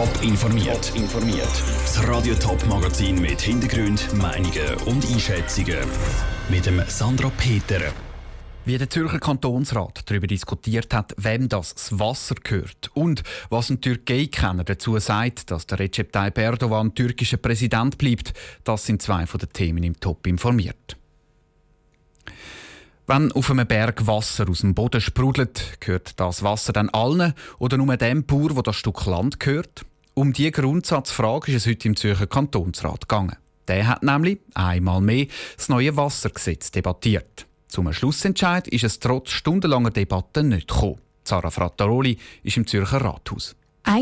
Top informiert. Das Radio Top Magazin mit Hintergrund, Meinungen und Einschätzungen mit dem Sandra Peter. Wie der Zürcher Kantonsrat darüber diskutiert hat, wem das Wasser gehört und was ein Türkei-Kenner dazu sagt, dass der Recep Tayyip Erdogan türkischer Präsident bleibt, das sind zwei von den Themen im Top informiert. Wenn auf einem Berg Wasser aus dem Boden sprudelt, gehört das Wasser dann allen oder nur dem Bauer, wo das Stück Land gehört? Um diese Grundsatzfrage ist es heute im Zürcher Kantonsrat gegangen. Der hat nämlich einmal mehr das neue Wassergesetz debattiert. Zum Schlussentscheid ist es trotz stundenlanger Debatten nicht gekommen. Sarah Frattaroli ist im Zürcher Rathaus.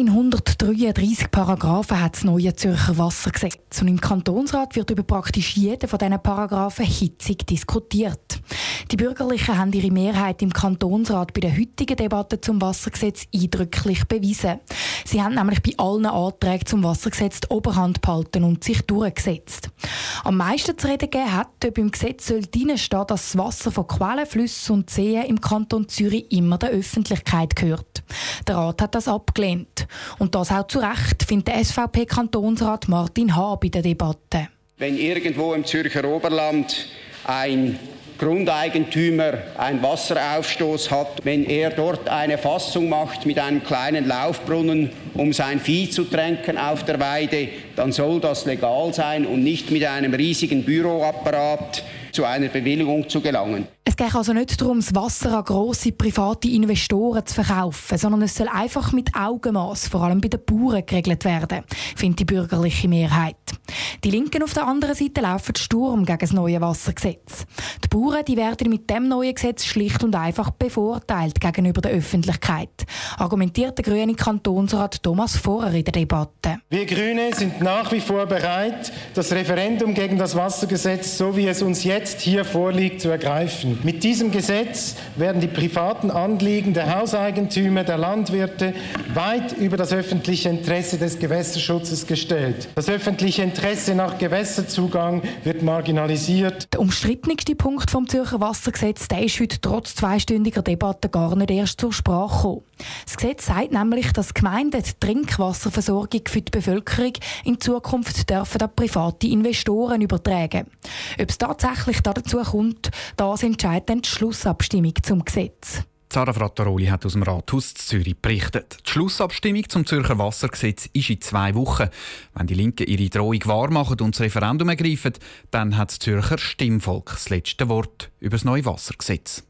133 Paragraphen hat das neue Zürcher Wassergesetz. Und im Kantonsrat wird über praktisch jeden von diesen Paragraphen hitzig diskutiert. Die Bürgerlichen haben ihre Mehrheit im Kantonsrat bei der heutigen Debatte zum Wassergesetz eindrücklich bewiesen. Sie haben nämlich bei allen Anträgen zum Wassergesetz die Oberhand behalten und sich durchgesetzt. Am meisten zu reden gegeben hat, ob im Gesetz drin stehen, dass das Wasser von Quellen, Flüssen und Seen im Kanton Zürich immer der Öffentlichkeit gehört. Der Rat hat das abgelehnt. Und das auch zu Recht, findet der SVP-Kantonsrat Martin H. bei der Debatte. Wenn irgendwo im Zürcher Oberland ein Grundeigentümer einen Wasseraufstoß hat, wenn er dort eine Fassung macht mit einem kleinen Laufbrunnen, um sein Vieh zu tränken auf der Weide, dann soll das legal sein und nicht mit einem riesigen Büroapparat zu einer Bewilligung zu gelangen. Es geht also nicht darum, das Wasser an grosse private Investoren zu verkaufen, sondern es soll einfach mit Augenmaß, vor allem bei den Bauern, geregelt werden, findet die bürgerliche Mehrheit. Die Linken auf der anderen Seite laufen Sturm gegen das neue Wassergesetz. Die Bauern werden mit dem neuen Gesetz schlicht und einfach bevorteilt gegenüber der Öffentlichkeit, argumentiert der grüne Kantonsrat Thomas Vorer in der Debatte. Wir Grüne sind nach wie vor bereit, das Referendum gegen das Wassergesetz, so wie es uns jetzt hier vorliegt, zu ergreifen. Mit diesem Gesetz werden die privaten Anliegen der Hauseigentümer, der Landwirte weit über das öffentliche Interesse des Gewässerschutzes gestellt. Das öffentliche Interesse nach Gewässerzugang wird marginalisiert. Der umstrittenste Punkt vom Zürcher Wassergesetz, der ist heute trotz zweistündiger Debatte gar nicht erst zur Sprache gekommen. Das Gesetz sagt nämlich, dass Gemeinden die Trinkwasserversorgung für die Bevölkerung in Zukunft dürfen an private Investoren übertragen. Ob es tatsächlich dazu kommt, das entscheidet dann die Schlussabstimmung zum Gesetz. Sarah Frattaroli hat aus dem Rathaus Zürich berichtet. Die Schlussabstimmung zum Zürcher Wassergesetz ist in 2 Wochen. Wenn die Linken ihre Drohung wahrmachen und das Referendum ergreifen, dann hat das Zürcher Stimmvolk das letzte Wort über das neue Wassergesetz.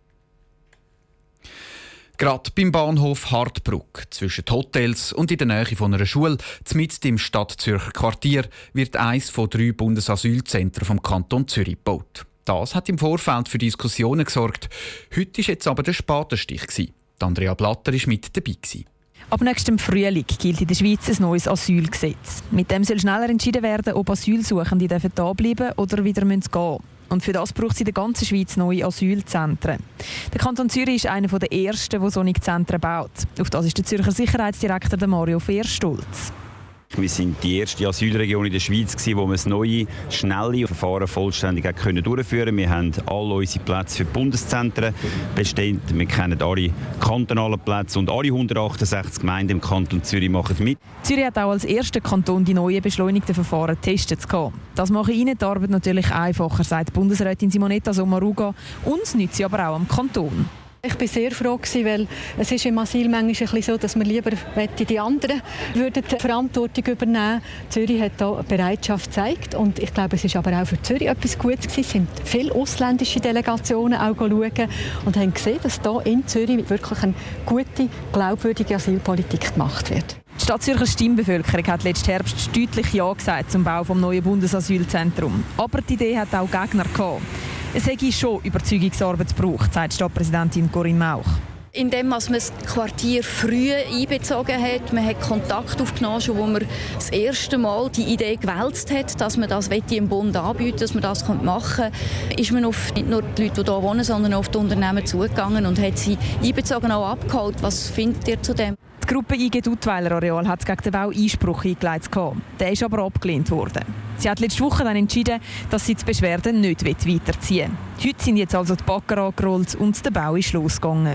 Gerade beim Bahnhof Hartbrugg, zwischen den Hotels und in der Nähe von einer Schule, mitten im Stadtzürcher Quartier, wird eines von 3 Bundesasylzentren vom Kanton Zürich gebaut. Das hat im Vorfeld für Diskussionen gesorgt. Heute war jetzt aber der Spatenstich. Andrea Blatter war mit dabei. Ab nächstem Frühling gilt in der Schweiz ein neues Asylgesetz. Mit dem soll schneller entschieden werden, ob Asylsuchende hier bleiben oder wieder gehen müssen. Und für das braucht es in der ganzen Schweiz neue Asylzentren. Der Kanton Zürich ist einer der ersten, der solche Zentren baut. Auf das ist der Zürcher Sicherheitsdirektor Mario Fehr stolz. Wir sind die erste Asylregion in der Schweiz, wo wir das neue, schnelle Verfahren vollständig durchführen können. Wir haben alle unsere Plätze für die Bundeszentren bestimmt. Wir kennen alle kantonalen Plätze und alle 168 Gemeinden im Kanton Zürich machen mit. Zürich hat auch als erster Kanton die neuen beschleunigten Verfahren getestet. Das macht Ihnen die Arbeit natürlich einfacher, sagt Bundesrätin Simonetta Sommaruga. Uns nützt sie aber auch am Kanton. Ich war sehr froh, weil es ist im Asyl manchmal so, dass wir lieber die anderen die Verantwortung übernehmen. Zürich hat hier Bereitschaft gezeigt und ich glaube, es ist aber auch für Zürich etwas Gutes gewesen. Es sind viele ausländische Delegationen auch schauen und haben gesehen, dass hier in Zürich wirklich eine gute, glaubwürdige Asylpolitik gemacht wird. Die Stadtzürcher Stimmbevölkerung hat letzten Herbst deutlich Ja gesagt zum Bau des neuen Bundesasylzentrums. Aber die Idee hat auch Gegner gehabt. Es hätte schon Überzeugungsarbeit gebraucht, sagt Stadtpräsidentin Corinne Mauch. Indem man das Quartier früh einbezogen hat, man hat Kontakt aufgenommen, schon wo man das erste Mal die Idee gewälzt hat, dass man das im Bund anbieten, dass man das machen kann, ist man auf nicht nur die Leute, die hier wohnen, sondern auf die Unternehmen zugegangen und hat sie einbezogen auch abgeholt. Was findet ihr zu dem? Die Gruppe IG Duttweiler Areal hat gegen den Bau Einspruch eingeleitet. Der ist aber abgelehnt worden. Sie hat letzte Woche dann entschieden, dass sie die Beschwerden nicht weiterziehen will. Heute sind jetzt also die Bagger angerollt und der Bau ist losgegangen.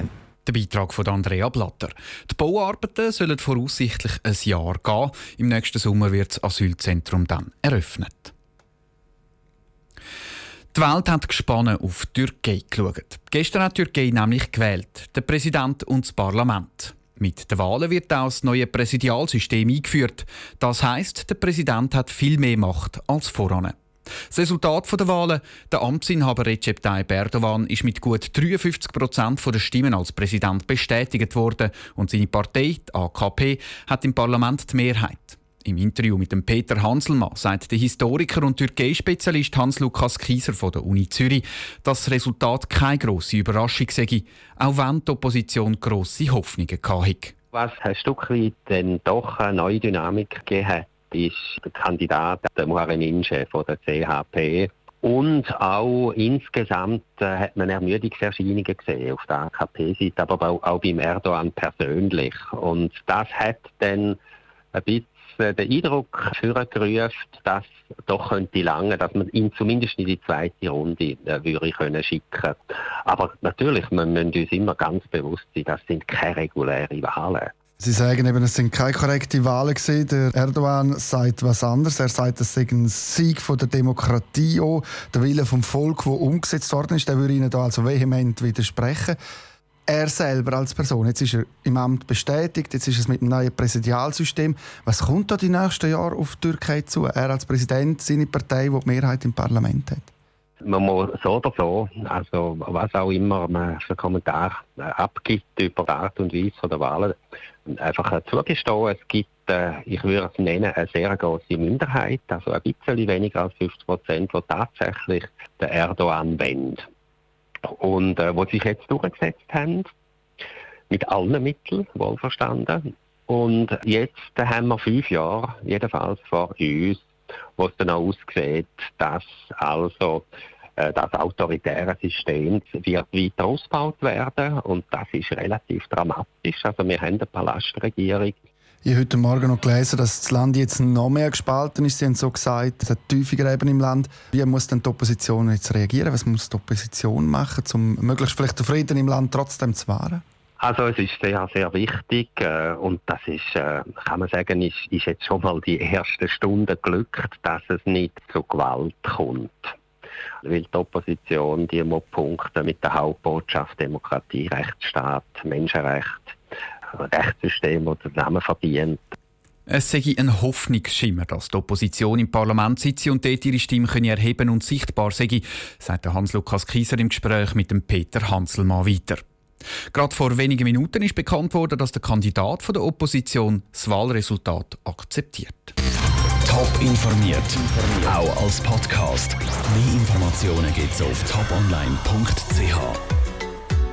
Der Beitrag von Andrea Blatter. Die Bauarbeiten sollen voraussichtlich ein Jahr gehen. Im nächsten Sommer wird das Asylzentrum dann eröffnet. Die Welt hat gespannt auf die Türkei geschaut. Gestern hat die Türkei nämlich gewählt, der Präsident und das Parlament. Mit den Wahlen wird auch das neue Präsidialsystem eingeführt. Das heisst, der Präsident hat viel mehr Macht als voran. Das Resultat der Wahlen: der Amtsinhaber Recep Tayyip Erdogan ist mit gut 53% der Stimmen als Präsident bestätigt worden und seine Partei, die AKP, hat im Parlament die Mehrheit. Im Interview mit dem Peter Hanselmann sagt der Historiker und Türkei-Spezialist Hans-Lukas Kieser von der Uni Zürich, dass das Resultat keine grosse Überraschung sei, auch wenn die Opposition grosse Hoffnungen hatte. Was ein Stück weit dann doch eine neue Dynamik gegeben hat, ist der Kandidat, der Muharrem Ince von der CHP. Und auch insgesamt hat man Ermüdungserscheinungen gesehen auf der AKP-Seite, aber auch beim Erdogan persönlich. Und das hat dann ein bisschen den Eindruck hervorgerufen, dass doch könnte lange, dass man ihn zumindest in die zweite Runde würde können schicken. Aber natürlich, wir müssen uns immer ganz bewusst sein, das sind keine regulären Wahlen. Sie sagen eben, es sind keine korrekten Wahlen gewesen. Der Erdogan sagt was anderes. Er sagt, es sei ein Sieg von der Demokratie, auch der Wille vom Volk, der umgesetzt worden ist. Der würde Ihnen da also vehement widersprechen. Er selber als Person, jetzt ist er im Amt bestätigt, jetzt ist es mit dem neuen Präsidialsystem. Was kommt da die nächsten Jahre auf die Türkei zu? Er als Präsident, seine Partei, die die Mehrheit im Parlament hat. Man muss so oder so, also was auch immer man für Kommentare abgibt über die Art und Weise der Wahlen, einfach zugestehen, es gibt, ich würde es nennen, eine sehr grosse Minderheit, also ein bisschen weniger als 50%, die tatsächlich den Erdogan wollen. Und die sich jetzt durchgesetzt haben, mit allen Mitteln, wohlverstanden. Und jetzt haben wir 5 Jahre, jedenfalls vor uns, wo es dann auch aussieht, dass also das autoritäre System wird weiter ausgebaut werden. Und das ist relativ dramatisch. Also wir haben eine Palastregierung. Ich habe heute Morgen noch gelesen, dass das Land jetzt noch mehr gespalten ist. Sie haben so gesagt, es hat tiefe Gräben im Land. Wie muss denn die Opposition jetzt reagieren? Was muss die Opposition machen, um möglichst vielleicht den Frieden im Land trotzdem zu wahren? Also es ist sehr, sehr wichtig und das ist, kann man sagen, ist jetzt schon mal die ersten Stunden geglückt, dass es nicht zu Gewalt kommt. Weil die Opposition, die muss punkten mit der Hauptbotschaft Demokratie, Rechtsstaat, Menschenrecht, Rechtssystem, das zusammen verdient. Es sei ein Hoffnungsschimmer, dass die Opposition im Parlament sitze und dort ihre Stimme erheben und sichtbar sei, sagt Hans-Lukas Kieser im Gespräch mit dem Peter Hanselmann weiter. Gerade vor wenigen Minuten ist bekannt worden, dass der Kandidat der Opposition das Wahlresultat akzeptiert. Top informiert, auch als Podcast. Mehr Informationen gibt es auf toponline.ch.